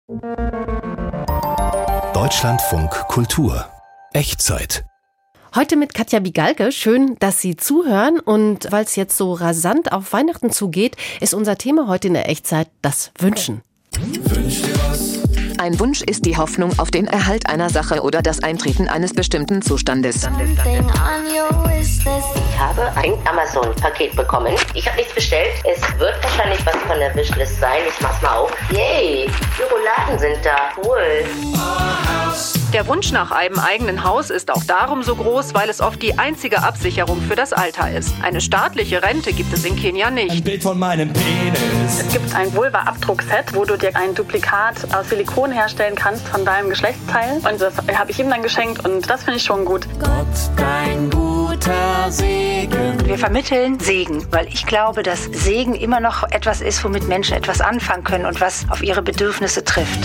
Deutschlandfunk Kultur. Echtzeit. Heute mit Katja Bigalke. Schön, dass Sie zuhören. Und weil es jetzt so rasant auf Weihnachten zugeht, ist unser Thema heute in der Echtzeit das Wünschen. Wünsch dir was? Ein Wunsch ist die Hoffnung auf den Erhalt einer Sache oder das Eintreten eines bestimmten Zustandes. Ich habe ein Amazon-Paket bekommen. Ich habe nichts bestellt. Es wird wahrscheinlich was von der Wishlist sein. Ich mach's mal auf. Yay, die Rouladen sind da. Cool. Der Wunsch nach einem eigenen Haus ist auch darum so groß, weil es oft die einzige Absicherung für das Alter ist. Eine staatliche Rente gibt es in Kenia nicht. Ein Bild von meinem Penis. Es gibt ein Vulva-Abdruckset, wo du dir ein Duplikat aus Silikon herstellen kannst von deinem Geschlechtsteil. Und das habe ich ihm dann geschenkt und das finde ich schon gut. Gott, dein guter Segen. Wir vermitteln Segen, weil ich glaube, dass Segen immer noch etwas ist, womit Menschen etwas anfangen können und was auf ihre Bedürfnisse trifft.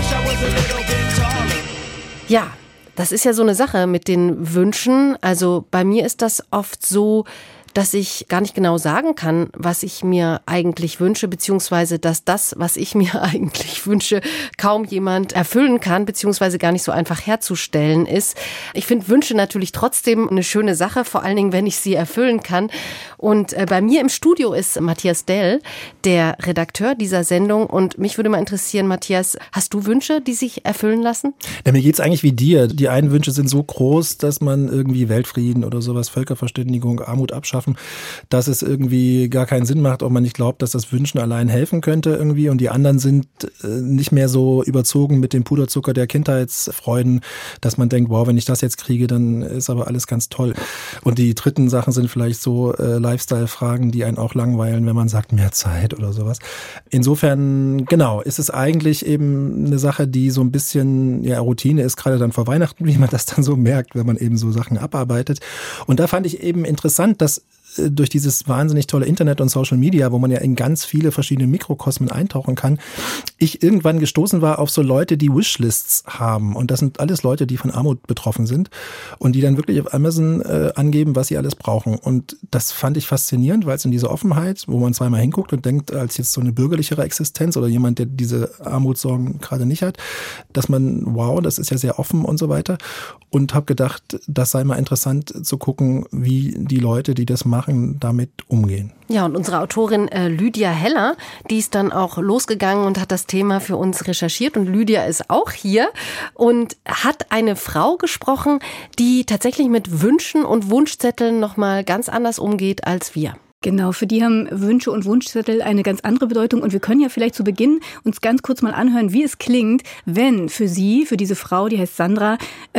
Ja, das ist ja so eine Sache mit den Wünschen. Also bei mir ist das oft so, dass ich gar nicht genau sagen kann, was ich mir eigentlich wünsche, beziehungsweise dass das, was ich mir eigentlich wünsche, kaum jemand erfüllen kann, beziehungsweise gar nicht so einfach herzustellen ist. Ich finde Wünsche natürlich trotzdem eine schöne Sache, vor allen Dingen, wenn ich sie erfüllen kann. Und bei mir im Studio ist Matthias Dell, der Redakteur dieser Sendung. Und mich würde mal interessieren, Matthias, hast du Wünsche, die sich erfüllen lassen? Ja, mir geht's eigentlich wie dir. Die einen Wünsche sind so groß, dass man irgendwie Weltfrieden oder sowas, Völkerverständigung, Armut abschaffen, dass es irgendwie gar keinen Sinn macht, ob man nicht glaubt, dass das Wünschen allein helfen könnte irgendwie. Und die anderen sind nicht mehr so überzogen mit dem Puderzucker der Kindheitsfreuden, dass man denkt, wow, wenn ich das jetzt kriege, dann ist aber alles ganz toll. Und die dritten Sachen sind vielleicht so Lifestyle-Fragen, die einen auch langweilen, wenn man sagt, mehr Zeit oder sowas. Insofern, genau, ist es eigentlich eben eine Sache, die so ein bisschen ja Routine ist, gerade dann vor Weihnachten, wie man das dann so merkt, wenn man eben so Sachen abarbeitet. Und da fand ich eben interessant, dass durch dieses wahnsinnig tolle Internet und Social Media, wo man ja in ganz viele verschiedene Mikrokosmen eintauchen kann, ich irgendwann gestoßen war auf so Leute, die Wishlists haben. Und das sind alles Leute, die von Armut betroffen sind und die dann wirklich auf Amazon angeben, was sie alles brauchen. Und das fand ich faszinierend, weil es in dieser Offenheit, wo man zweimal hinguckt und denkt, als jetzt so eine bürgerlichere Existenz oder jemand, der diese Armutssorgen gerade nicht hat, dass man, wow, das ist ja sehr offen und so weiter. Und habe gedacht, das sei mal interessant zu gucken, wie die Leute, die das machen, damit umgehen. Ja, und unsere Autorin Lydia Heller, die ist dann auch losgegangen und hat das Thema für uns recherchiert. Und Lydia ist auch hier und hat eine Frau gesprochen, die tatsächlich mit Wünschen und Wunschzetteln nochmal ganz anders umgeht als wir. Genau, für die haben Wünsche und Wunschzettel eine ganz andere Bedeutung. Und wir können ja vielleicht zu Beginn uns ganz kurz mal anhören, wie es klingt, wenn für sie, für diese Frau, die heißt Sandra,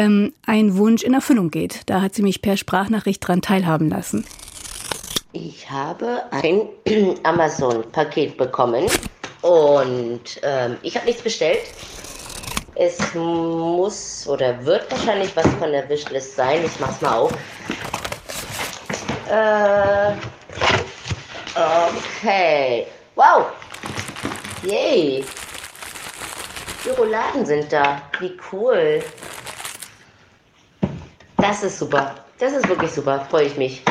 ein Wunsch in Erfüllung geht. Da hat sie mich per Sprachnachricht dran teilhaben lassen. Ich habe ein Amazon-Paket bekommen und ich habe nichts bestellt. Es muss oder wird wahrscheinlich was von der Wishlist sein. Ich mach's mal auf. Okay. Wow. Yay. Die Rouladen sind da. Wie cool. Das ist super. Das ist wirklich super. Freue ich mich.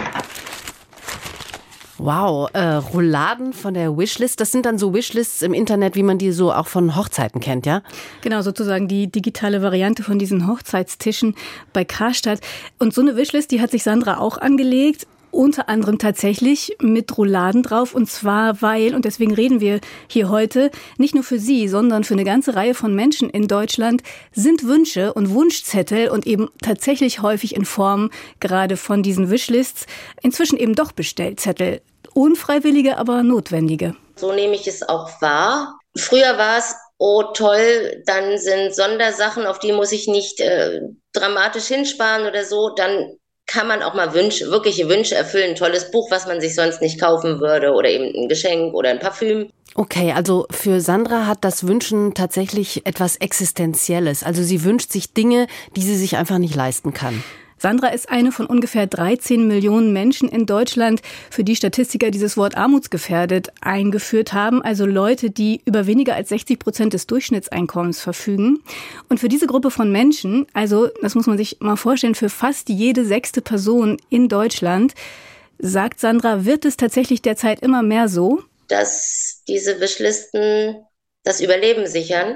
Wow, Rouladen von der Wishlist, das sind dann so Wishlists im Internet, wie man die so auch von Hochzeiten kennt, ja? Genau, sozusagen die digitale Variante von diesen Hochzeitstischen bei Karstadt. Und so eine Wishlist, die hat sich Sandra auch angelegt. Unter anderem tatsächlich mit Rouladen drauf, und zwar weil, und deswegen reden wir hier heute, nicht nur für sie, sondern für eine ganze Reihe von Menschen in Deutschland sind Wünsche und Wunschzettel und eben tatsächlich häufig in Form gerade von diesen Wishlists inzwischen eben doch Bestellzettel. Unfreiwillige, aber notwendige. So nehme ich es auch wahr. Früher war es, oh toll, dann sind Sondersachen, auf die muss ich nicht dramatisch hinsparen oder so, dann kann man auch mal wirkliche Wünsche erfüllen. Ein tolles Buch, was man sich sonst nicht kaufen würde oder eben ein Geschenk oder ein Parfüm. Okay, also für Sandra hat das Wünschen tatsächlich etwas Existenzielles. Also sie wünscht sich Dinge, die sie sich einfach nicht leisten kann. Sandra ist eine von ungefähr 13 Millionen Menschen in Deutschland, für die Statistiker dieses Wort armutsgefährdet eingeführt haben. Also Leute, die über weniger als 60% des Durchschnittseinkommens verfügen. Und für diese Gruppe von Menschen, also das muss man sich mal vorstellen, für fast jede 6. Person in Deutschland, sagt Sandra, wird es tatsächlich derzeit immer mehr so, dass diese Wishlisten das Überleben sichern.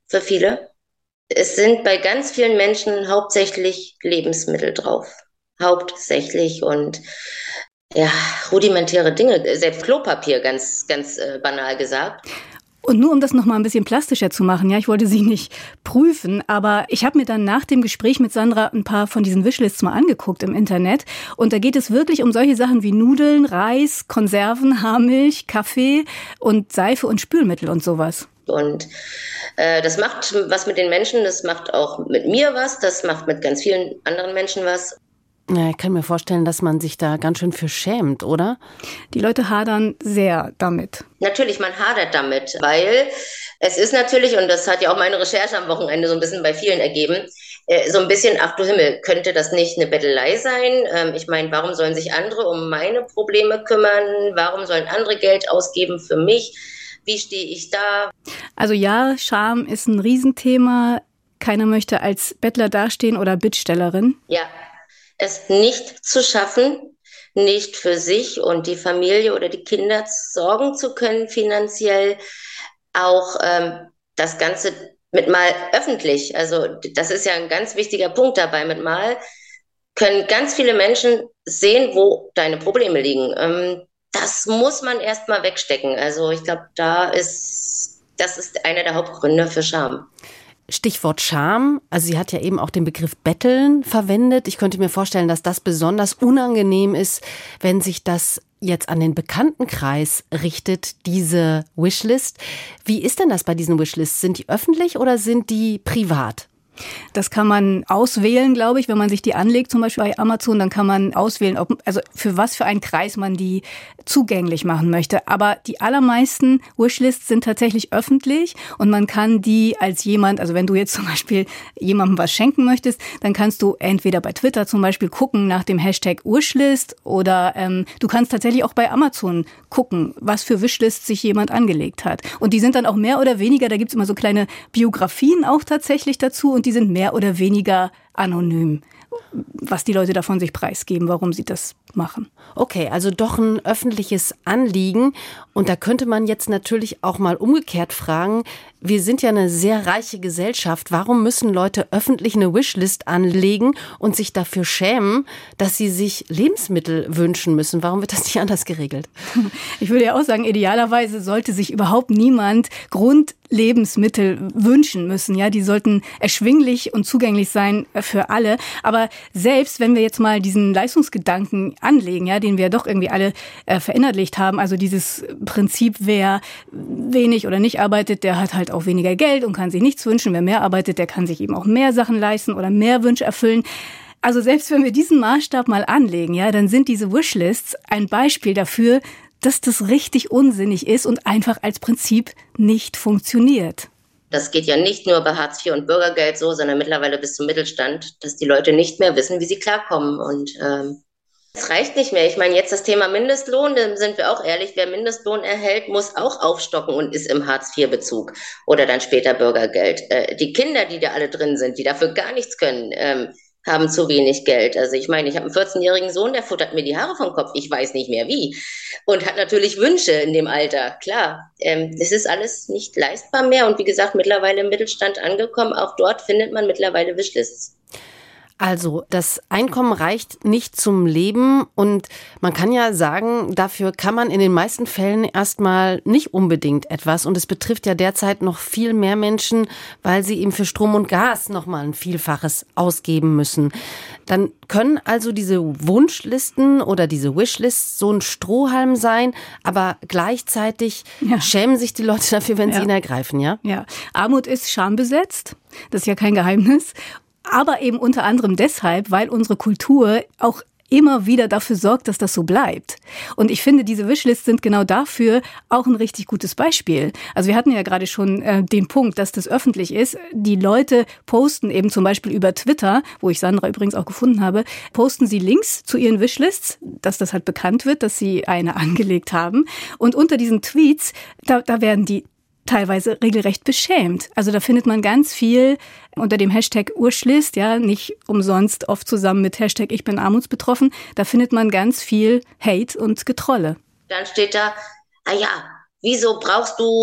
für viele. Es sind bei ganz vielen Menschen hauptsächlich Lebensmittel drauf. Hauptsächlich und ja, rudimentäre Dinge, selbst Klopapier, ganz banal gesagt. Und nur um das nochmal ein bisschen plastischer zu machen, ja, ich wollte Sie nicht prüfen, aber ich habe mir dann nach dem Gespräch mit Sandra ein paar von diesen Wishlists mal angeguckt im Internet. Und da geht es wirklich um solche Sachen wie Nudeln, Reis, Konserven, Haarmilch, Kaffee und Seife und Spülmittel und sowas. Und das macht was mit den Menschen, das macht auch mit mir was, das macht mit ganz vielen anderen Menschen was. Ja, ich kann mir vorstellen, dass man sich da ganz schön für schämt, oder? Die Leute hadern sehr damit. Natürlich, man hadert damit, weil es ist natürlich, und das hat ja auch meine Recherche am Wochenende so ein bisschen bei vielen ergeben, so ein bisschen, ach du Himmel, könnte das nicht eine Bettelei sein? Ich meine, warum sollen sich andere um meine Probleme kümmern? Warum sollen andere Geld ausgeben für mich? Wie stehe ich da? Also ja, Scham ist ein Riesenthema. Keiner möchte als Bettler dastehen oder Bittstellerin. Ja, es nicht zu schaffen, nicht für sich und die Familie oder die Kinder sorgen zu können finanziell, auch das Ganze mit Mal öffentlich, also das ist ja ein ganz wichtiger Punkt dabei, mit Mal können ganz viele Menschen sehen, wo deine Probleme liegen. Das muss man erstmal wegstecken, also ich glaube, das ist einer der Hauptgründe für Scham. Stichwort Scham, also sie hat ja eben auch den Begriff Betteln verwendet. Ich könnte mir vorstellen, dass das besonders unangenehm ist, wenn sich das jetzt an den Bekanntenkreis richtet, diese Wishlist. Wie ist denn das bei diesen Wishlists? Sind die öffentlich oder sind die privat? Das kann man auswählen, glaube ich, wenn man sich die anlegt, zum Beispiel bei Amazon, dann kann man auswählen, also für was für einen Kreis man die zugänglich machen möchte. Aber die allermeisten Wishlists sind tatsächlich öffentlich und man kann die als jemand, also wenn du jetzt zum Beispiel jemandem was schenken möchtest, dann kannst du entweder bei Twitter zum Beispiel gucken nach dem Hashtag Wishlist oder du kannst tatsächlich auch bei Amazon gucken, was für Wishlists sich jemand angelegt hat. Und die sind dann auch mehr oder weniger, da gibt's immer so kleine Biografien auch tatsächlich dazu und die sind mehr oder weniger anonym, was die Leute davon sich preisgeben, warum sie das machen. Okay, also doch ein öffentliches Anliegen. Und da könnte man jetzt natürlich auch mal umgekehrt fragen, wir sind ja eine sehr reiche Gesellschaft. Warum müssen Leute öffentlich eine Wishlist anlegen und sich dafür schämen, dass sie sich Lebensmittel wünschen müssen? Warum wird das nicht anders geregelt? Ich würde ja auch sagen, idealerweise sollte sich überhaupt niemand Grundlebensmittel wünschen müssen. Ja, die sollten erschwinglich und zugänglich sein für alle. Aber selbst wenn wir jetzt mal diesen Leistungsgedanken anlegen, ja, den wir doch irgendwie alle verinnerlicht haben, also dieses Prinzip, wer wenig oder nicht arbeitet, der hat halt auch weniger Geld und kann sich nichts wünschen. Wer mehr arbeitet, der kann sich eben auch mehr Sachen leisten oder mehr Wünsche erfüllen. Also selbst wenn wir diesen Maßstab mal anlegen, ja, dann sind diese Wishlists ein Beispiel dafür, dass das richtig unsinnig ist und einfach als Prinzip nicht funktioniert. Das geht ja nicht nur bei Hartz IV und Bürgergeld so, sondern mittlerweile bis zum Mittelstand, dass die Leute nicht mehr wissen, wie sie klarkommen. Und es reicht nicht mehr. Ich meine, jetzt das Thema Mindestlohn, da sind wir auch ehrlich, wer Mindestlohn erhält, muss auch aufstocken und ist im Hartz-IV-Bezug oder dann später Bürgergeld. Die Kinder, die da alle drin sind, die dafür gar nichts können, haben zu wenig Geld. Also ich meine, ich habe einen 14-jährigen Sohn, der futtert mir die Haare vom Kopf, ich weiß nicht mehr wie. Und hat natürlich Wünsche in dem Alter, klar. Das ist alles nicht leistbar mehr und wie gesagt, mittlerweile im Mittelstand angekommen. Auch dort findet man mittlerweile Wishlists. Also das Einkommen reicht nicht zum Leben und man kann ja sagen, dafür kann man in den meisten Fällen erstmal nicht unbedingt etwas und es betrifft ja derzeit noch viel mehr Menschen, weil sie eben für Strom und Gas nochmal ein Vielfaches ausgeben müssen. Dann können also diese Wunschlisten oder diese Wishlists so ein Strohhalm sein, aber gleichzeitig schämen sich die Leute dafür, wenn sie ihn ergreifen, ja? Ja, Armut ist schambesetzt, das ist ja kein Geheimnis. Aber eben unter anderem deshalb, weil unsere Kultur auch immer wieder dafür sorgt, dass das so bleibt. Und ich finde, diese Wishlists sind genau dafür auch ein richtig gutes Beispiel. Also wir hatten ja gerade schon den Punkt, dass das öffentlich ist. Die Leute posten eben zum Beispiel über Twitter, wo ich Sandra übrigens auch gefunden habe, posten sie Links zu ihren Wishlists, dass das halt bekannt wird, dass sie eine angelegt haben. Und unter diesen Tweets, da werden die teilweise regelrecht beschämt. Also da findet man ganz viel unter dem Hashtag Wishlist, ja, nicht umsonst oft zusammen mit Hashtag Ich bin armutsbetroffen. Da findet man ganz viel Hate und Getrolle. Dann steht da, wieso brauchst du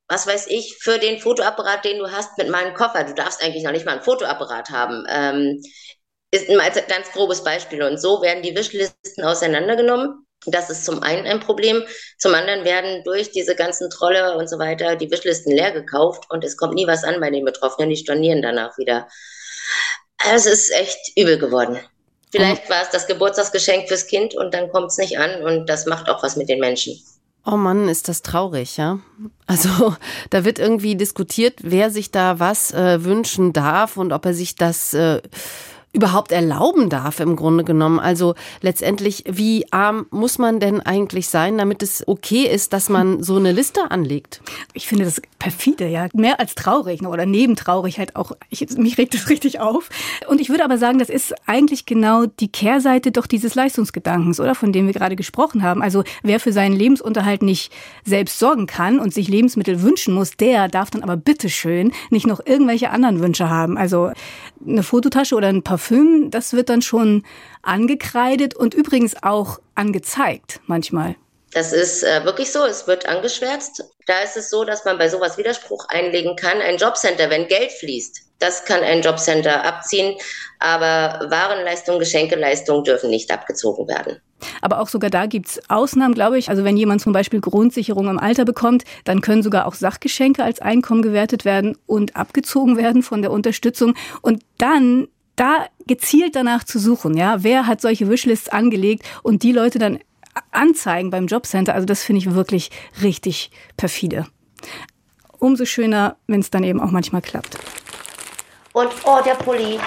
was weiß ich, für den Fotoapparat, den du hast, mit meinem Koffer. Du darfst eigentlich noch nicht mal einen Fotoapparat haben. Ist ein ganz grobes Beispiel. Und so werden die Wischlisten auseinandergenommen. Das ist zum einen ein Problem. Zum anderen werden durch diese ganzen Trolle und so weiter die Wischlisten leer gekauft und es kommt nie was an bei den Betroffenen. Die stornieren danach wieder. Also es ist echt übel geworden. Vielleicht war es das Geburtstagsgeschenk fürs Kind und dann kommt es nicht an und das macht auch was mit den Menschen. Oh Mann, ist das traurig, ja? Also da wird irgendwie diskutiert, wer sich da was wünschen darf und ob er sich das überhaupt erlauben darf im Grunde genommen. Also letztendlich, wie arm muss man denn eigentlich sein, damit es okay ist, dass man so eine Liste anlegt? Ich finde das perfide, ja. Mehr als traurig oder nebentraurig halt auch. Mich regt das richtig auf. Und ich würde aber sagen, das ist eigentlich genau die Kehrseite doch dieses Leistungsgedankens, oder? Von dem wir gerade gesprochen haben. Also wer für seinen Lebensunterhalt nicht selbst sorgen kann und sich Lebensmittel wünschen muss, der darf dann aber bitteschön nicht noch irgendwelche anderen Wünsche haben. Also eine Fototasche oder ein Parfüm, das wird dann schon angekreidet und übrigens auch angezeigt manchmal. Das ist wirklich so, es wird angeschwärzt. Da ist es so, dass man bei sowas Widerspruch einlegen kann. Ein Jobcenter, wenn Geld fließt, das kann ein Jobcenter abziehen, aber Warenleistung, Geschenkeleistung dürfen nicht abgezogen werden. Aber auch sogar da gibt's Ausnahmen, glaube ich. Also wenn jemand zum Beispiel Grundsicherung im Alter bekommt, dann können sogar auch Sachgeschenke als Einkommen gewertet werden und abgezogen werden von der Unterstützung. Und dann da gezielt danach zu suchen, ja, wer hat solche Wishlists angelegt und die Leute dann anzeigen beim Jobcenter. Also das finde ich wirklich richtig perfide. Umso schöner, wenn es dann eben auch manchmal klappt. Und oh, der Pulli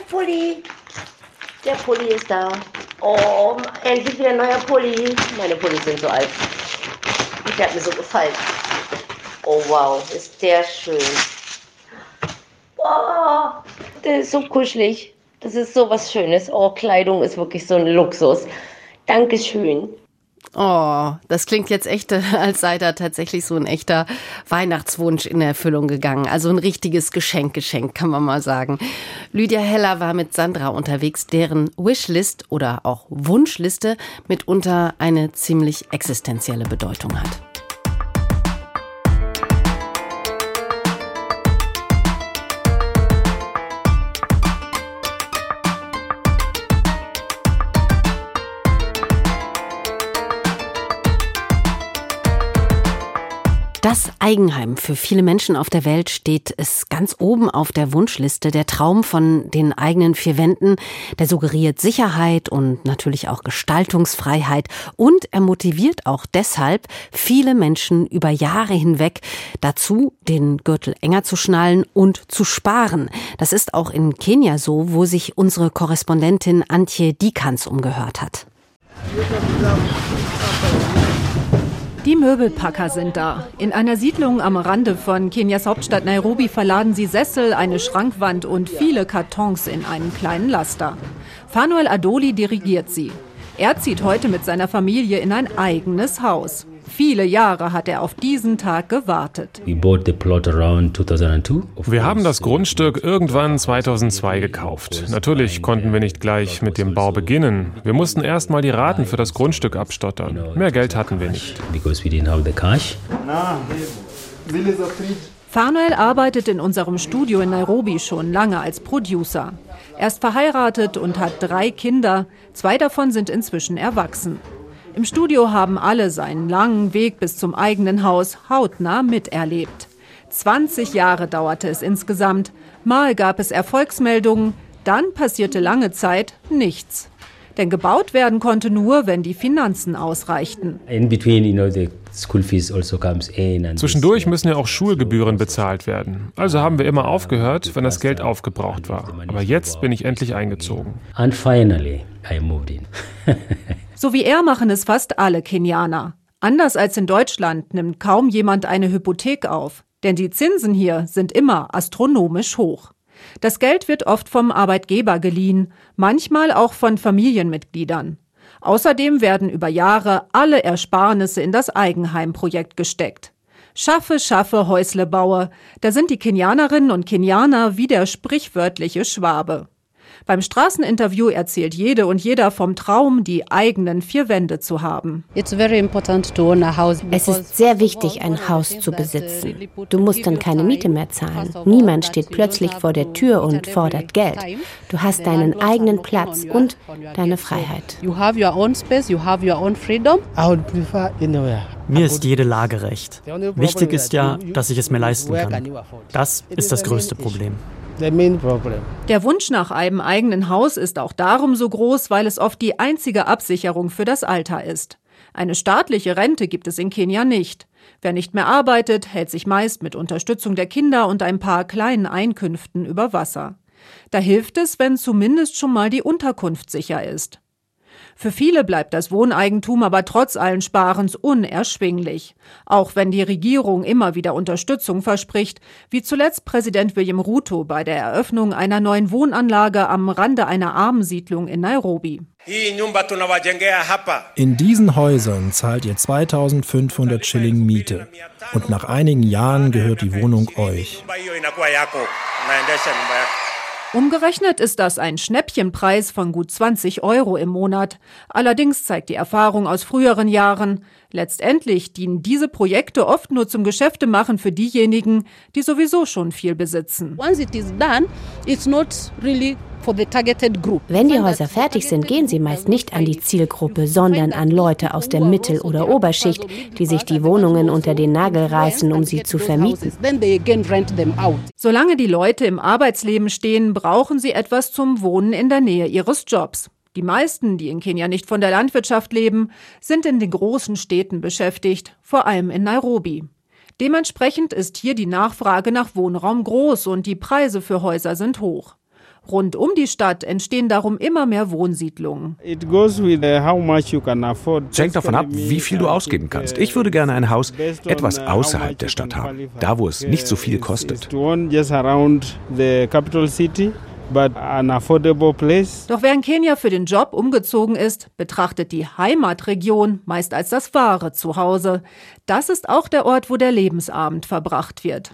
ist da. Oh, endlich wieder ein neuer Pulli. Meine Pullis sind so alt. Der hat mir so gefallen. Oh wow, ist der schön. Oh, der ist so kuschelig. Das ist so was Schönes. Oh, Kleidung ist wirklich so ein Luxus. Dankeschön. Oh, das klingt jetzt echt, als sei da tatsächlich so ein echter Weihnachtswunsch in Erfüllung gegangen. Also ein richtiges Geschenk, kann man mal sagen. Lydia Heller war mit Sandra unterwegs, deren Wishlist oder auch Wunschliste mitunter eine ziemlich existenzielle Bedeutung hat. Das Eigenheim. Für viele Menschen auf der Welt steht es ganz oben auf der Wunschliste. Der Traum von den eigenen vier Wänden, der suggeriert Sicherheit und natürlich auch Gestaltungsfreiheit. Und er motiviert auch deshalb viele Menschen über Jahre hinweg dazu, den Gürtel enger zu schnallen und zu sparen. Das ist auch in Kenia so, wo sich unsere Korrespondentin Antje Dikans umgehört hat. Die Möbelpacker sind da. In einer Siedlung am Rande von Kenias Hauptstadt Nairobi verladen sie Sessel, eine Schrankwand und viele Kartons in einen kleinen Laster. Fanuel Adoli dirigiert sie. Er zieht heute mit seiner Familie in ein eigenes Haus. Viele Jahre hat er auf diesen Tag gewartet. Wir haben das Grundstück irgendwann 2002 gekauft. Natürlich konnten wir nicht gleich mit dem Bau beginnen. Wir mussten erst mal die Raten für das Grundstück abstottern. Mehr Geld hatten wir nicht. Fanuel arbeitet in unserem Studio in Nairobi schon lange als Producer. Er ist verheiratet und hat 3 Kinder. 2 davon sind inzwischen erwachsen. Im Studio haben alle seinen langen Weg bis zum eigenen Haus hautnah miterlebt. 20 Jahre dauerte es insgesamt. Mal gab es Erfolgsmeldungen, dann passierte lange Zeit nichts. Denn gebaut werden konnte nur, wenn die Finanzen ausreichten. Zwischendurch müssen ja auch Schulgebühren bezahlt werden. Also haben wir immer aufgehört, wenn das Geld aufgebraucht war. Aber jetzt bin ich endlich eingezogen. And finally, I moved in. So wie er machen es fast alle Kenianer. Anders als in Deutschland nimmt kaum jemand eine Hypothek auf. Denn die Zinsen hier sind immer astronomisch hoch. Das Geld wird oft vom Arbeitgeber geliehen, manchmal auch von Familienmitgliedern. Außerdem werden über Jahre alle Ersparnisse in das Eigenheimprojekt gesteckt. Schaffe, Häusle baue, da sind die Kenianerinnen und Kenianer wie der sprichwörtliche Schwabe. Beim Straßeninterview erzählt jede und jeder vom Traum, die eigenen 4 Wände zu haben. Es ist sehr wichtig, ein Haus zu besitzen. Du musst dann keine Miete mehr zahlen. Niemand steht plötzlich vor der Tür und fordert Geld. Du hast deinen eigenen Platz und deine Freiheit. Mir ist jede Lage recht. Wichtig ist ja, dass ich es mir leisten kann. Das ist das größte Problem. Der Wunsch nach einem eigenen Haus ist auch darum so groß, weil es oft die einzige Absicherung für das Alter ist. Eine staatliche Rente gibt es in Kenia nicht. Wer nicht mehr arbeitet, hält sich meist mit Unterstützung der Kinder und ein paar kleinen Einkünften über Wasser. Da hilft es, wenn zumindest schon mal die Unterkunft sicher ist. Für viele bleibt das Wohneigentum aber trotz allen Sparens unerschwinglich. Auch wenn die Regierung immer wieder Unterstützung verspricht, wie zuletzt Präsident William Ruto bei der Eröffnung einer neuen Wohnanlage am Rande einer Armensiedlung in Nairobi. In diesen Häusern zahlt ihr 2.500 Schilling Miete. Und nach einigen Jahren gehört die Wohnung euch. Umgerechnet ist das ein Schnäppchenpreis von gut 20 € im Monat. Allerdings zeigt die Erfahrung aus früheren Jahren, letztendlich dienen diese Projekte oft nur zum Geschäftemachen für diejenigen, die sowieso schon viel besitzen. Wenn die Häuser fertig sind, gehen sie meist nicht an die Zielgruppe, sondern an Leute aus der Mittel- oder Oberschicht, die sich die Wohnungen unter den Nagel reißen, um sie zu vermieten. Solange die Leute im Arbeitsleben stehen, brauchen sie etwas zum Wohnen in der Nähe ihres Jobs. Die meisten, die in Kenia nicht von der Landwirtschaft leben, sind in den großen Städten beschäftigt, vor allem in Nairobi. Dementsprechend ist hier die Nachfrage nach Wohnraum groß und die Preise für Häuser sind hoch. Rund um die Stadt entstehen darum immer mehr Wohnsiedlungen. Es hängt davon ab, wie viel du ausgeben kannst. Ich würde gerne ein Haus etwas außerhalb der Stadt haben, da wo es nicht so viel kostet. Doch wer in Kenia für den Job umgezogen ist, betrachtet die Heimatregion meist als das wahre Zuhause. Das ist auch der Ort, wo der Lebensabend verbracht wird.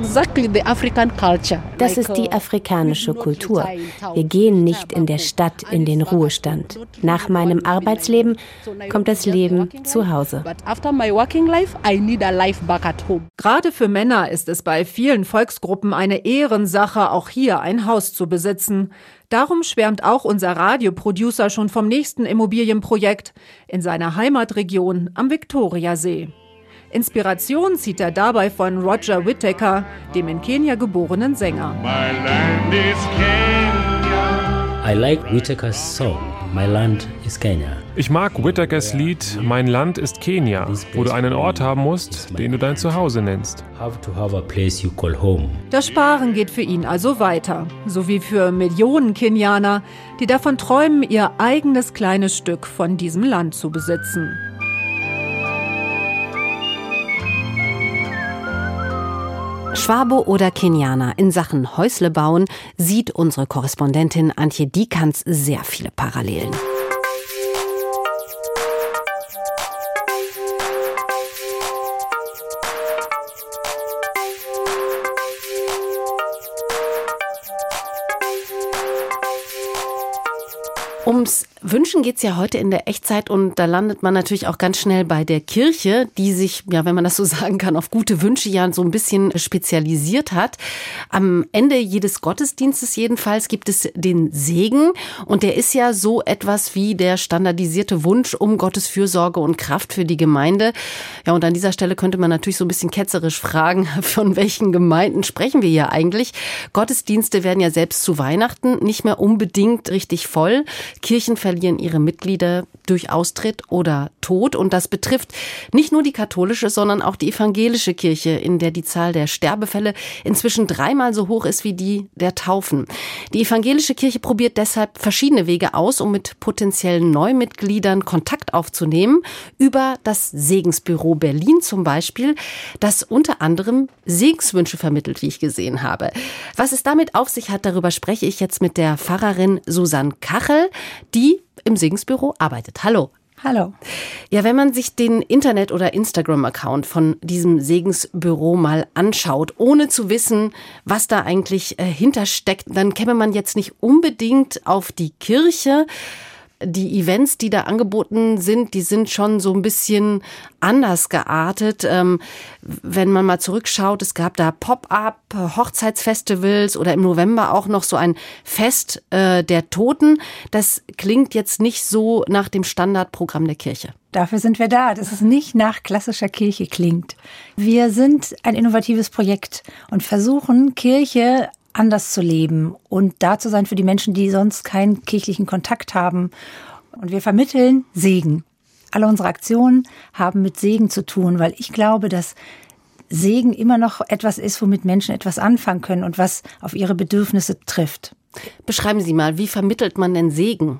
Das ist die afrikanische Kultur. Wir gehen nicht in der Stadt in den Ruhestand. Nach meinem Arbeitsleben kommt das Leben zu Hause. Gerade für Männer ist es bei vielen Volksgruppen eine Ehrensache, auch hier ein Haus zu besitzen. Darum schwärmt auch unser Radioproducer schon vom nächsten Immobilienprojekt in seiner Heimatregion am Viktoriasee. Inspiration zieht er dabei von Roger Whittaker, dem in Kenia geborenen Sänger. My land is Kenya. I like Whittakers song. My land is Kenya. Ich mag Whittakers Lied Mein Land ist Kenia, wo du einen Ort haben musst, den du dein Zuhause nennst. Das Sparen geht für ihn also weiter, so wie für Millionen Kenianer, die davon träumen, ihr eigenes kleines Stück von diesem Land zu besitzen. Schwabe oder Kenianer in Sachen Häusle bauen, sieht unsere Korrespondentin Antje Diekanz sehr viele Parallelen. Ums Wünschen geht's ja heute in der Echtzeit und da landet man natürlich auch ganz schnell bei der Kirche, die sich, ja, wenn man das so sagen kann, auf gute Wünsche ja so ein bisschen spezialisiert hat. Am Ende jedes Gottesdienstes jedenfalls gibt es den Segen und der ist ja so etwas wie der standardisierte Wunsch um Gottes Fürsorge und Kraft für die Gemeinde. Ja, und an dieser Stelle könnte man natürlich so ein bisschen ketzerisch fragen, von welchen Gemeinden sprechen wir hier eigentlich? Gottesdienste werden ja selbst zu Weihnachten nicht mehr unbedingt richtig voll. Kirchen verlieren ihre Mitglieder durch Austritt oder Tod. Und das betrifft nicht nur die katholische, sondern auch die evangelische Kirche, in der die Zahl der Sterbefälle inzwischen 3-mal so hoch ist wie die der Taufen. Die evangelische Kirche probiert deshalb verschiedene Wege aus, um mit potenziellen Neumitgliedern Kontakt aufzunehmen. Über das Segensbüro Berlin zum Beispiel, das unter anderem Segenswünsche vermittelt, wie ich gesehen habe. Was es damit auf sich hat, darüber spreche ich jetzt mit der Pfarrerin Susanne Kachel, die im Segensbüro arbeitet. Hallo. Hallo. Ja, wenn man sich den Internet- oder Instagram-Account von diesem Segensbüro mal anschaut, ohne zu wissen, was da eigentlich hintersteckt, dann käme man jetzt nicht unbedingt auf die Kirche. Die Events, die da angeboten sind, die sind schon so ein bisschen anders geartet. Wenn man mal zurückschaut, es gab da Pop-up, Hochzeitsfestivals oder im November auch noch so ein Fest der Toten. Das klingt jetzt nicht so nach dem Standardprogramm der Kirche. Dafür sind wir da, dass es nicht nach klassischer Kirche klingt. Wir sind ein innovatives Projekt und versuchen, Kirche anders zu leben und da zu sein für die Menschen, die sonst keinen kirchlichen Kontakt haben. Und wir vermitteln Segen. Alle unsere Aktionen haben mit Segen zu tun, weil ich glaube, dass Segen immer noch etwas ist, womit Menschen etwas anfangen können und was auf ihre Bedürfnisse trifft. Beschreiben Sie mal, wie vermittelt man denn Segen?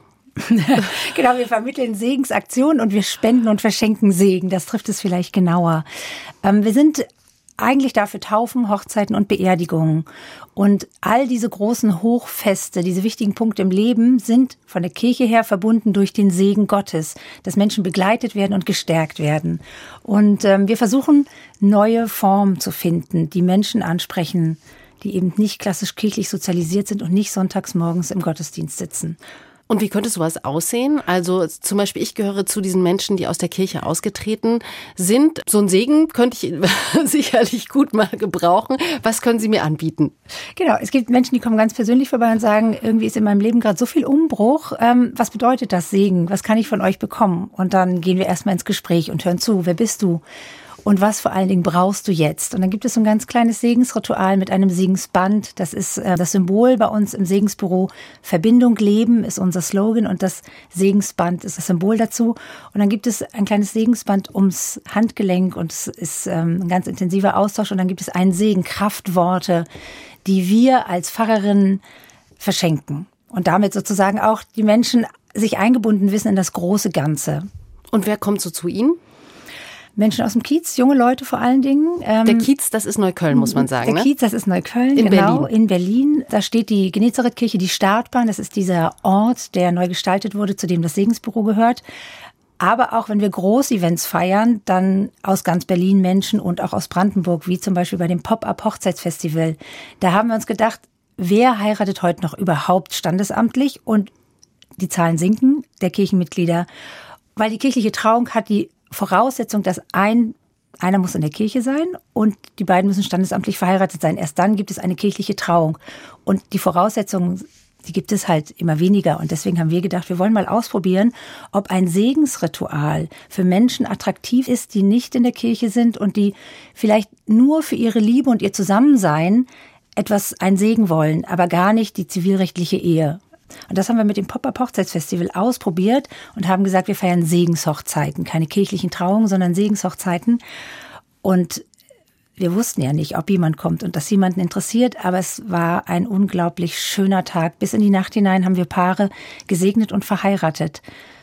Genau, wir vermitteln Segensaktionen und wir spenden und verschenken Segen. Das trifft es vielleicht genauer. Wir sind eigentlich dafür Taufen, Hochzeiten und Beerdigungen. Und all diese großen Hochfeste, diese wichtigen Punkte im Leben sind von der Kirche her verbunden durch den Segen Gottes, dass Menschen begleitet werden und gestärkt werden. Und wir versuchen, neue Formen zu finden, die Menschen ansprechen, die eben nicht klassisch kirchlich sozialisiert sind und nicht sonntags morgens im Gottesdienst sitzen. Und wie könnte sowas aussehen? Also zum Beispiel, ich gehöre zu diesen Menschen, die aus der Kirche ausgetreten sind. So ein Segen könnte ich sicherlich gut mal gebrauchen. Was können Sie mir anbieten? Genau, es gibt Menschen, die kommen ganz persönlich vorbei und sagen, irgendwie ist in meinem Leben gerade so viel Umbruch. Was bedeutet das Segen? Was kann ich von euch bekommen? Und dann gehen wir erstmal ins Gespräch und hören zu. Wer bist du? Und was vor allen Dingen brauchst du jetzt? Und dann gibt es so ein ganz kleines Segensritual mit einem Segensband. Das ist das Symbol bei uns im Segensbüro. Verbindung leben ist unser Slogan und das Segensband ist das Symbol dazu. Und dann gibt es ein kleines Segensband ums Handgelenk und es ist ein ganz intensiver Austausch. Und dann gibt es einen Segen, Kraftworte, die wir als Pfarrerinnen verschenken. Und damit sozusagen auch die Menschen sich eingebunden wissen in das große Ganze. Und wer kommt so zu Ihnen? Menschen aus dem Kiez, junge Leute vor allen Dingen. Der Kiez, das ist Neukölln, muss man sagen. Der Kiez, das ist Neukölln, genau, in Berlin. Da steht die Genezarethkirche, die Startbahn. Das ist dieser Ort, der neu gestaltet wurde, zu dem das Segensbüro gehört. Aber auch wenn wir Großevents feiern, dann aus ganz Berlin Menschen und auch aus Brandenburg, wie zum Beispiel bei dem Pop-up-Hochzeitsfestival. Da haben wir uns gedacht, wer heiratet heute noch überhaupt standesamtlich? Und die Zahlen sinken der Kirchenmitglieder, weil die kirchliche Trauung hat die Voraussetzung, dass einer muss in der Kirche sein und die beiden müssen standesamtlich verheiratet sein. Erst dann gibt es eine kirchliche Trauung. Und die Voraussetzungen, die gibt es halt immer weniger. Und deswegen haben wir gedacht, wir wollen mal ausprobieren, ob ein Segensritual für Menschen attraktiv ist, die nicht in der Kirche sind und die vielleicht nur für ihre Liebe und ihr Zusammensein ein Segen wollen, aber gar nicht die zivilrechtliche Ehe. Und das haben wir mit dem Pop-up-Hochzeitsfestival ausprobiert und haben gesagt, wir feiern Segenshochzeiten. Keine kirchlichen Trauungen, sondern Segenshochzeiten. Und wir wussten ja nicht, ob jemand kommt und das jemanden interessiert. Aber es war ein unglaublich schöner Tag. Bis in die Nacht hinein haben wir Paare gesegnet und verheiratet.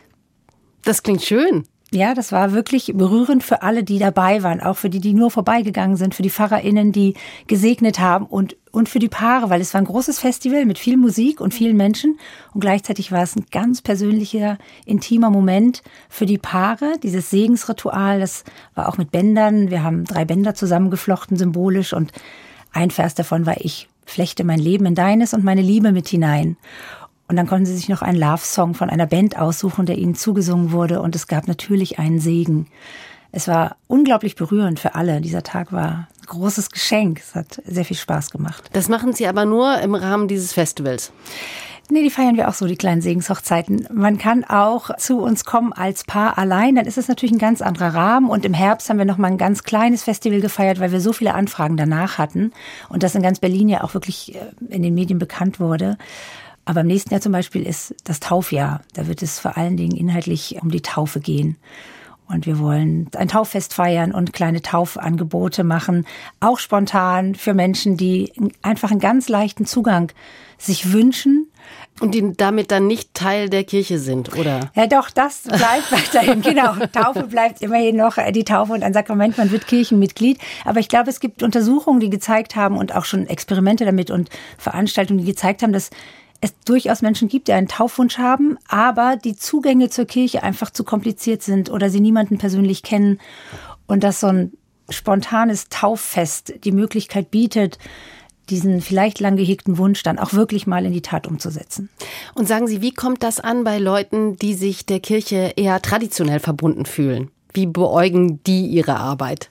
Das klingt schön. Ja, das war wirklich berührend für alle, die dabei waren. Auch für die, die nur vorbeigegangen sind, für die PfarrerInnen, die gesegnet haben und für die Paare, weil es war ein großes Festival mit viel Musik und vielen Menschen. Und gleichzeitig war es ein ganz persönlicher, intimer Moment für die Paare. Dieses Segensritual, das war auch mit Bändern. Wir haben 3 Bänder zusammengeflochten, symbolisch. Und ein Vers davon war: Ich flechte mein Leben in deines und meine Liebe mit hinein. Und dann konnten sie sich noch einen Love-Song von einer Band aussuchen, der ihnen zugesungen wurde. Und es gab natürlich einen Segen. Es war unglaublich berührend für alle. Dieser Tag war ein großes Geschenk. Es hat sehr viel Spaß gemacht. Das machen Sie aber nur im Rahmen dieses Festivals? Nee, die feiern wir auch so, die kleinen Segenshochzeiten. Man kann auch zu uns kommen als Paar allein. Dann ist es natürlich ein ganz anderer Rahmen. Und im Herbst haben wir noch mal ein ganz kleines Festival gefeiert, weil wir so viele Anfragen danach hatten. Und das in ganz Berlin ja auch wirklich in den Medien bekannt wurde. Aber im nächsten Jahr zum Beispiel ist das Taufjahr. Da wird es vor allen Dingen inhaltlich um die Taufe gehen. Und wir wollen ein Tauffest feiern und kleine Taufangebote machen. Auch spontan für Menschen, die einfach einen ganz leichten Zugang sich wünschen. Und die damit dann nicht Teil der Kirche sind, oder? Ja doch, das bleibt weiterhin. Genau, Taufe bleibt immerhin noch die Taufe und ein Sakrament. Man wird Kirchenmitglied. Aber ich glaube, es gibt Untersuchungen, die gezeigt haben und auch schon Experimente damit und Veranstaltungen, die gezeigt haben, dass es durchaus Menschen gibt, die einen Taufwunsch haben, aber die Zugänge zur Kirche einfach zu kompliziert sind oder sie niemanden persönlich kennen und dass so ein spontanes Tauffest die Möglichkeit bietet, diesen vielleicht lang gehegten Wunsch dann auch wirklich mal in die Tat umzusetzen. Und sagen Sie, wie kommt das an bei Leuten, die sich der Kirche eher traditionell verbunden fühlen? Wie beäugen die ihre Arbeit?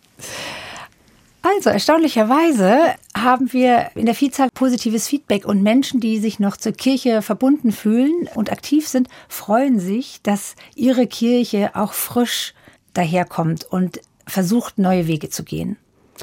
Also erstaunlicherweise haben wir in der Vielzahl positives Feedback und Menschen, die sich noch zur Kirche verbunden fühlen und aktiv sind, freuen sich, dass ihre Kirche auch frisch daherkommt und versucht, neue Wege zu gehen.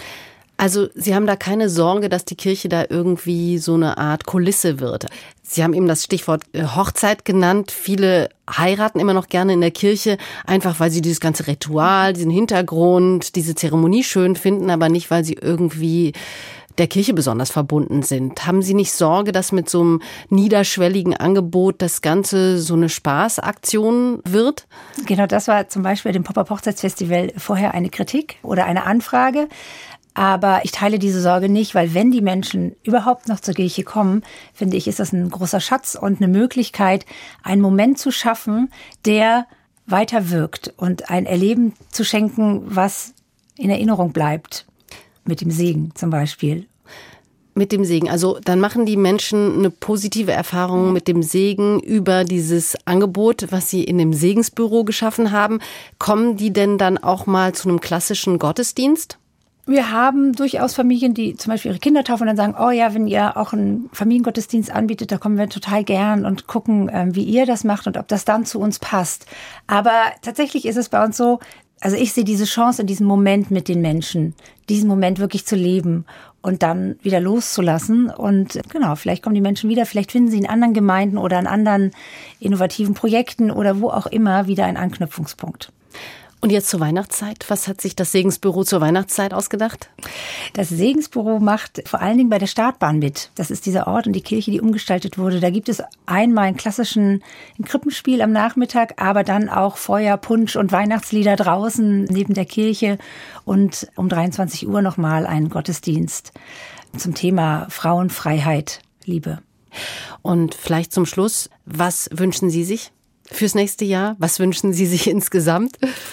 Also Sie haben da keine Sorge, dass die Kirche da irgendwie so eine Art Kulisse wird. Sie haben eben das Stichwort Hochzeit genannt. Viele heiraten immer noch gerne in der Kirche, einfach weil sie dieses ganze Ritual, diesen Hintergrund, diese Zeremonie schön finden, aber nicht, weil sie irgendwie der Kirche besonders verbunden sind. Haben Sie nicht Sorge, dass mit so einem niederschwelligen Angebot das Ganze so eine Spaßaktion wird? Genau, das war zum Beispiel dem Pop-Up-Hochzeitsfestival vorher eine Kritik oder eine Anfrage. Aber ich teile diese Sorge nicht, weil wenn die Menschen überhaupt noch zur Kirche kommen, finde ich, ist das ein großer Schatz und eine Möglichkeit, einen Moment zu schaffen, der weiter wirkt und ein Erleben zu schenken, was in Erinnerung bleibt. Mit dem Segen zum Beispiel. Mit dem Segen. Also dann machen die Menschen eine positive Erfahrung mit dem Segen über dieses Angebot, was sie in dem Segensbüro geschaffen haben. Kommen die denn dann auch mal zu einem klassischen Gottesdienst? Wir haben durchaus Familien, die zum Beispiel ihre Kinder taufen und dann sagen, oh ja, wenn ihr auch einen Familiengottesdienst anbietet, da kommen wir total gern und gucken, wie ihr das macht und ob das dann zu uns passt. Aber tatsächlich ist es bei uns so, also ich sehe diese Chance in diesem Moment mit den Menschen, diesen Moment wirklich zu leben und dann wieder loszulassen. Und genau, vielleicht kommen die Menschen wieder, vielleicht finden sie in anderen Gemeinden oder in anderen innovativen Projekten oder wo auch immer wieder einen Anknüpfungspunkt. Und jetzt zur Weihnachtszeit. Was hat sich das Segensbüro zur Weihnachtszeit ausgedacht? Das Segensbüro macht vor allen Dingen bei der Startbahn mit. Das ist dieser Ort und die Kirche, die umgestaltet wurde. Da gibt es einmal ein Krippenspiel am Nachmittag, aber dann auch Feuer, Punsch und Weihnachtslieder draußen neben der Kirche und um 23 Uhr nochmal einen Gottesdienst zum Thema Frauenfreiheit, Liebe. Und vielleicht zum Schluss, was wünschen Sie sich fürs nächste Jahr? Was wünschen Sie sich insgesamt?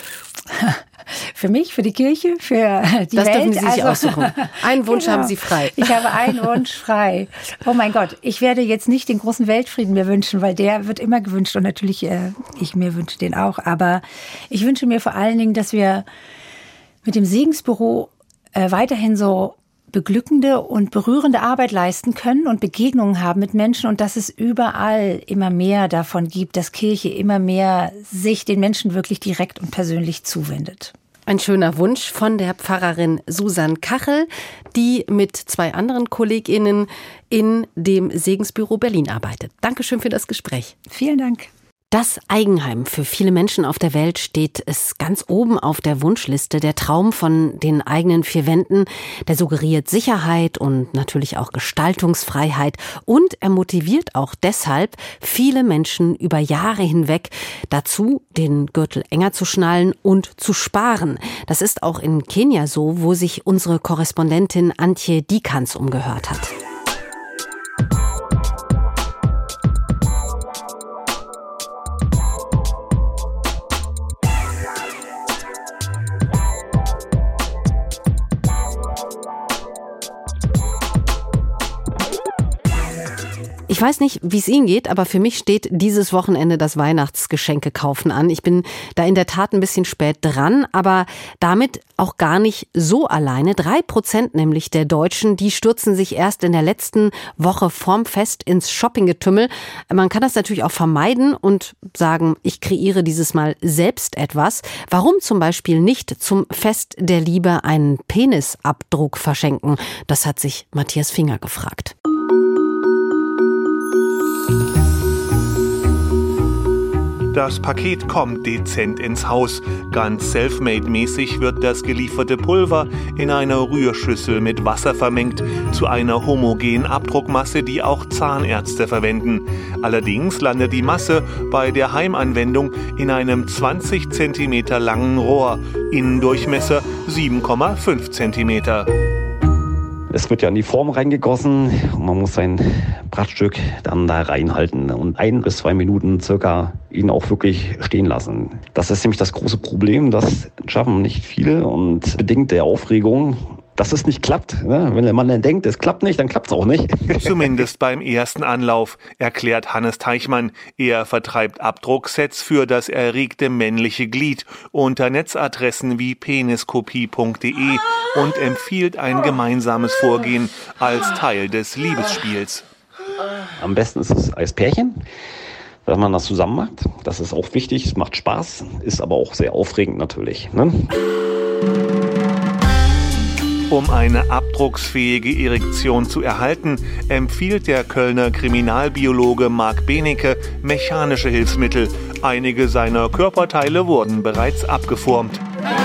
Für mich, für die Kirche, für die das Welt. Das dürfen Sie sich aussuchen. Einen Wunsch genau. haben Sie frei. Ich habe einen Wunsch frei. Oh mein Gott, ich werde jetzt nicht den großen Weltfrieden mir wünschen, weil der wird immer gewünscht und natürlich ich mir wünsche den auch. Aber ich wünsche mir vor allen Dingen, dass wir mit dem Segensbüro weiterhin so beglückende und berührende Arbeit leisten können und Begegnungen haben mit Menschen und dass es überall immer mehr davon gibt, dass Kirche immer mehr sich den Menschen wirklich direkt und persönlich zuwendet. Ein schöner Wunsch von der Pfarrerin Susan Kachel, die mit 2 anderen KollegInnen in dem Segensbüro Berlin arbeitet. Dankeschön für das Gespräch. Vielen Dank. Das Eigenheim für viele Menschen auf der Welt steht es ganz oben auf der Wunschliste. Der Traum von den eigenen 4 Wänden, der suggeriert Sicherheit und natürlich auch Gestaltungsfreiheit. Und er motiviert auch deshalb viele Menschen über Jahre hinweg dazu, den Gürtel enger zu schnallen und zu sparen. Das ist auch in Kenia so, wo sich unsere Korrespondentin Antje Dikans umgehört hat. Ich weiß nicht, wie es Ihnen geht, aber für mich steht dieses Wochenende das Weihnachtsgeschenke kaufen an. Ich bin da in der Tat ein bisschen spät dran, aber damit auch gar nicht so alleine. 3% nämlich der Deutschen, die stürzen sich erst in der letzten Woche vorm Fest ins Shoppinggetümmel. Man kann das natürlich auch vermeiden und sagen, ich kreiere dieses Mal selbst etwas. Warum zum Beispiel nicht zum Fest der Liebe einen Penisabdruck verschenken? Das hat sich Matthias Finger gefragt. Das Paket kommt dezent ins Haus. Ganz selfmade-mäßig wird das gelieferte Pulver in einer Rührschüssel mit Wasser vermengt zu einer homogenen Abdruckmasse, die auch Zahnärzte verwenden. Allerdings landet die Masse bei der Heimanwendung in einem 20 cm langen Rohr, Innendurchmesser 7,5 cm. Es wird ja in die Form reingegossen und man muss sein Prachtstück dann da reinhalten und 1 bis 2 Minuten circa ihn auch wirklich stehen lassen. Das ist nämlich das große Problem, das schaffen nicht viele und bedingt der Aufregung, dass es nicht klappt. Wenn man dann denkt, es klappt nicht, dann klappt es auch nicht. Zumindest beim ersten Anlauf, erklärt Hannes Teichmann. Er vertreibt Abdrucksets für das erregte männliche Glied unter Netzadressen wie peniskopie.de und empfiehlt ein gemeinsames Vorgehen als Teil des Liebesspiels. Am besten ist es als Pärchen, dass man das zusammen macht. Das ist auch wichtig, es macht Spaß, ist aber auch sehr aufregend natürlich. Um eine abdrucksfähige Erektion zu erhalten, empfiehlt der Kölner Kriminalbiologe Marc Benecke mechanische Hilfsmittel. Einige seiner Körperteile wurden bereits abgeformt.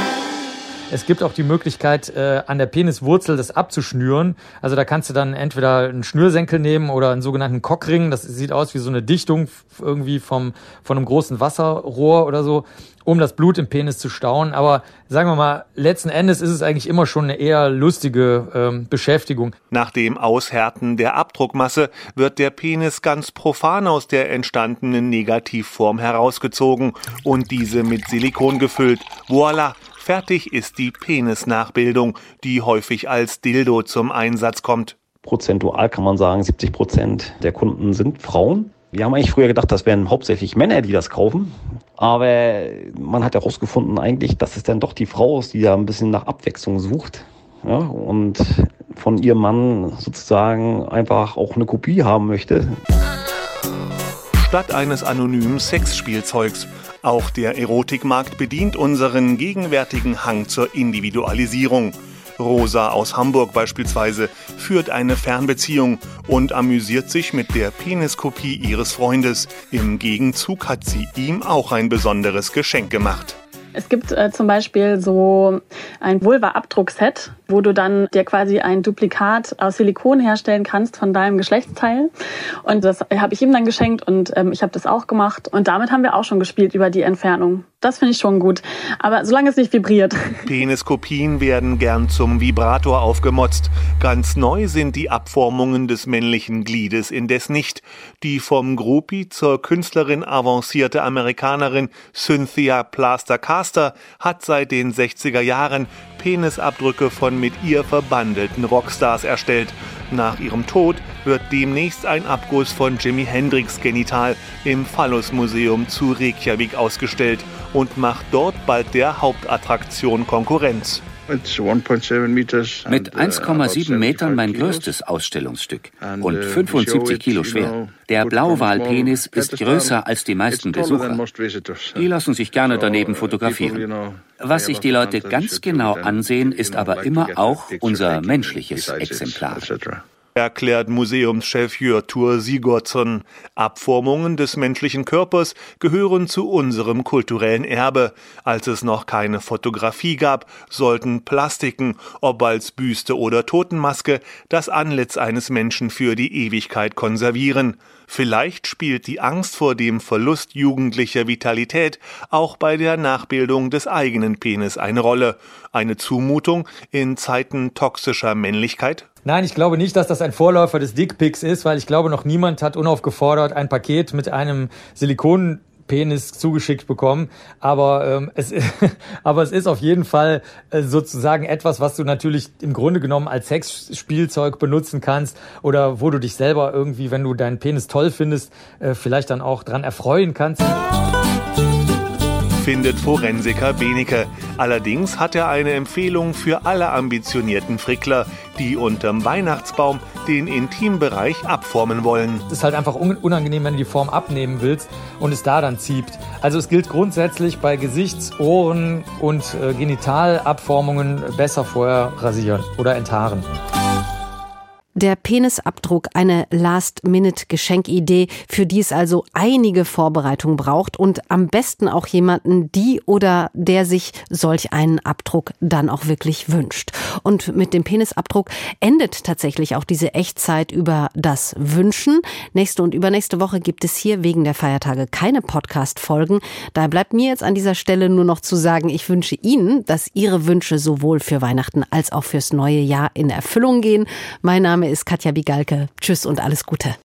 Es gibt auch die Möglichkeit, an der Peniswurzel das abzuschnüren. Also da kannst du dann entweder einen Schnürsenkel nehmen oder einen sogenannten Cockring. Das sieht aus wie so eine Dichtung irgendwie von einem großen Wasserrohr oder so, um das Blut im Penis zu stauen. Aber sagen wir mal, letzten Endes ist es eigentlich immer schon eine eher lustige Beschäftigung. Nach dem Aushärten der Abdruckmasse wird der Penis ganz profan aus der entstandenen Negativform herausgezogen und diese mit Silikon gefüllt. Voilà! Fertig ist die Penisnachbildung, die häufig als Dildo zum Einsatz kommt. Prozentual kann man sagen, 70% der Kunden sind Frauen. Wir haben eigentlich früher gedacht, das wären hauptsächlich Männer, die das kaufen. Aber man hat herausgefunden eigentlich, dass es dann doch die Frau ist, die da ein bisschen nach Abwechslung sucht. Ja, und von ihrem Mann sozusagen einfach auch eine Kopie haben möchte. Statt eines anonymen Sexspielzeugs. Auch der Erotikmarkt bedient unseren gegenwärtigen Hang zur Individualisierung. Rosa aus Hamburg beispielsweise führt eine Fernbeziehung und amüsiert sich mit der Peniskopie ihres Freundes. Im Gegenzug hat sie ihm auch ein besonderes Geschenk gemacht. Es gibt zum Beispiel so ein Vulva-Abdruckset, wo du dann dir quasi ein Duplikat aus Silikon herstellen kannst von deinem Geschlechtsteil. Und das habe ich ihm dann geschenkt und ich habe das auch gemacht. Und damit haben wir auch schon gespielt über die Entfernung. Das finde ich schon gut. Aber solange es nicht vibriert. Peniskopien werden gern zum Vibrator aufgemotzt. Ganz neu sind die Abformungen des männlichen Gliedes indes nicht. Die vom Groupie zur Künstlerin avancierte Amerikanerin Cynthia Plaster-Caster hat seit den 60er Jahren Penisabdrücke von mit ihr verbandelten Rockstars erstellt. Nach ihrem Tod wird demnächst ein Abguss von Jimi Hendrix Genital im Phallus-Museum zu Reykjavik ausgestellt und macht dort bald der Hauptattraktion Konkurrenz. Mit 1,7 Metern mein größtes Ausstellungsstück und 75 Kilo schwer. Der Blauwalpenis ist größer als die meisten Besucher. Die lassen sich gerne daneben fotografieren. Was sich die Leute ganz genau ansehen, ist aber immer auch unser menschliches Exemplar. Erklärt Museumschef Hjörtur Sigurdsson. Abformungen des menschlichen Körpers gehören zu unserem kulturellen Erbe. Als es noch keine Fotografie gab, sollten Plastiken, ob als Büste oder Totenmaske, das Antlitz eines Menschen für die Ewigkeit konservieren. Vielleicht spielt die Angst vor dem Verlust jugendlicher Vitalität auch bei der Nachbildung des eigenen Penis eine Rolle. Eine Zumutung in Zeiten toxischer Männlichkeit? Nein, ich glaube nicht, dass das ein Vorläufer des Dickpics ist, weil ich glaube, noch niemand hat unaufgefordert ein Paket mit einem Silikonpenis zugeschickt bekommen. Aber es ist auf jeden Fall sozusagen etwas, was du natürlich im Grunde genommen als Sexspielzeug benutzen kannst oder wo du dich selber irgendwie, wenn du deinen Penis toll findest, vielleicht dann auch dran erfreuen kannst. Findet Forensiker Benecke. Allerdings hat er eine Empfehlung für alle ambitionierten Frickler, die unterm Weihnachtsbaum den Intimbereich abformen wollen. Es ist halt einfach unangenehm, wenn du die Form abnehmen willst und es da dann zieht. Also es gilt grundsätzlich bei Gesichts-, Ohren- und Genitalabformungen besser vorher rasieren oder enthaaren. Der Penisabdruck, eine Last-Minute-Geschenkidee, für die es also einige Vorbereitungen braucht und am besten auch jemanden, die oder der sich solch einen Abdruck dann auch wirklich wünscht. Und mit dem Penisabdruck endet tatsächlich auch diese Echtzeit über das Wünschen. Nächste und übernächste Woche gibt es hier wegen der Feiertage keine Podcast-Folgen. Daher bleibt mir jetzt an dieser Stelle nur noch zu sagen, ich wünsche Ihnen, dass Ihre Wünsche sowohl für Weihnachten als auch fürs neue Jahr in Erfüllung gehen. Mein Name ist Katja Bigalke. Tschüss und alles Gute.